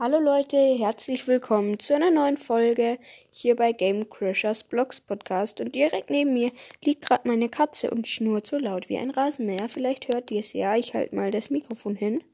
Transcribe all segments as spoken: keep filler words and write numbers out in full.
Hallo Leute, herzlich willkommen zu einer neuen Folge hier bei Game Crashers Blogs Podcast. Und direkt neben mir liegt gerade meine Katze und schnurrt so laut wie ein Rasenmäher. Vielleicht hört ihr es ja, ich halte mal das Mikrofon hin.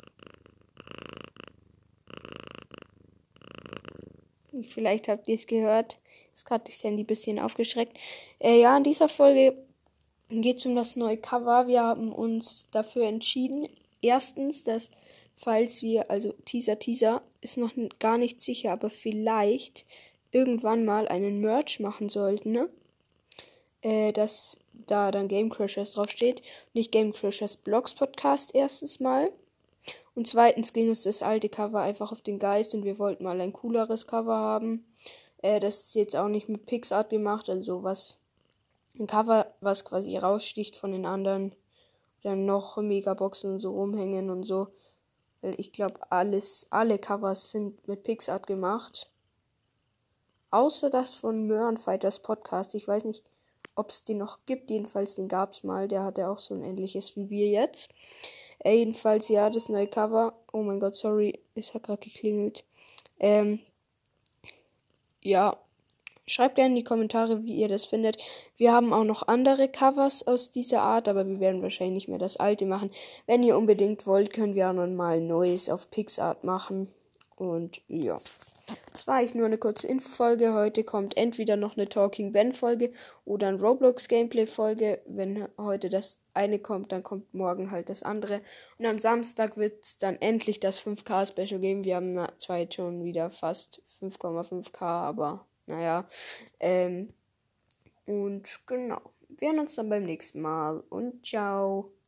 Vielleicht habt ihr es gehört. Ist gerade das Handy ein bisschen aufgeschreckt. Äh, ja, in dieser Folge geht es um das neue Cover. Wir haben uns dafür entschieden. Erstens, dass falls wir, also Teaser, Teaser, ist noch gar nicht sicher, aber vielleicht irgendwann mal einen Merch machen sollten, ne? Äh, dass da dann Game Crashers draufsteht. Nicht Game Crashers Blogs Podcast erstens mal. Und zweitens ging uns das alte Cover einfach auf den Geist und wir wollten mal ein cooleres Cover haben. Äh, das ist jetzt auch nicht mit Pixart gemacht, also was ein Cover, was quasi raussticht von den anderen. Dann noch Megaboxen und so rumhängen und so. Weil ich glaube, alles, alle Covers sind mit Pixart gemacht. Außer das von Möhren Fighters Podcast. Ich weiß nicht, ob es den noch gibt. Jedenfalls, den gab es mal. Der hatte auch so ein ähnliches wie wir jetzt. Äh, jedenfalls, ja, das neue Cover. Oh mein Gott, sorry. Es hat gerade geklingelt. Ähm, ja. Schreibt gerne in die Kommentare, wie ihr das findet. Wir haben auch noch andere Covers aus dieser Art, aber wir werden wahrscheinlich nicht mehr das alte machen. Wenn ihr unbedingt wollt, können wir auch noch mal ein neues auf Pixart machen. Und ja, das war eigentlich nur eine kurze Infofolge. Heute kommt entweder noch eine Talking Ben Folge oder ein Roblox Gameplay Folge. Wenn heute das eine kommt, dann kommt morgen halt das andere. Und am Samstag wird es dann endlich das fünf K Special geben. Wir haben zwar jetzt schon wieder fast fünf Komma fünf K, aber naja, ähm, und genau. Wir sehen uns dann beim nächsten Mal und ciao.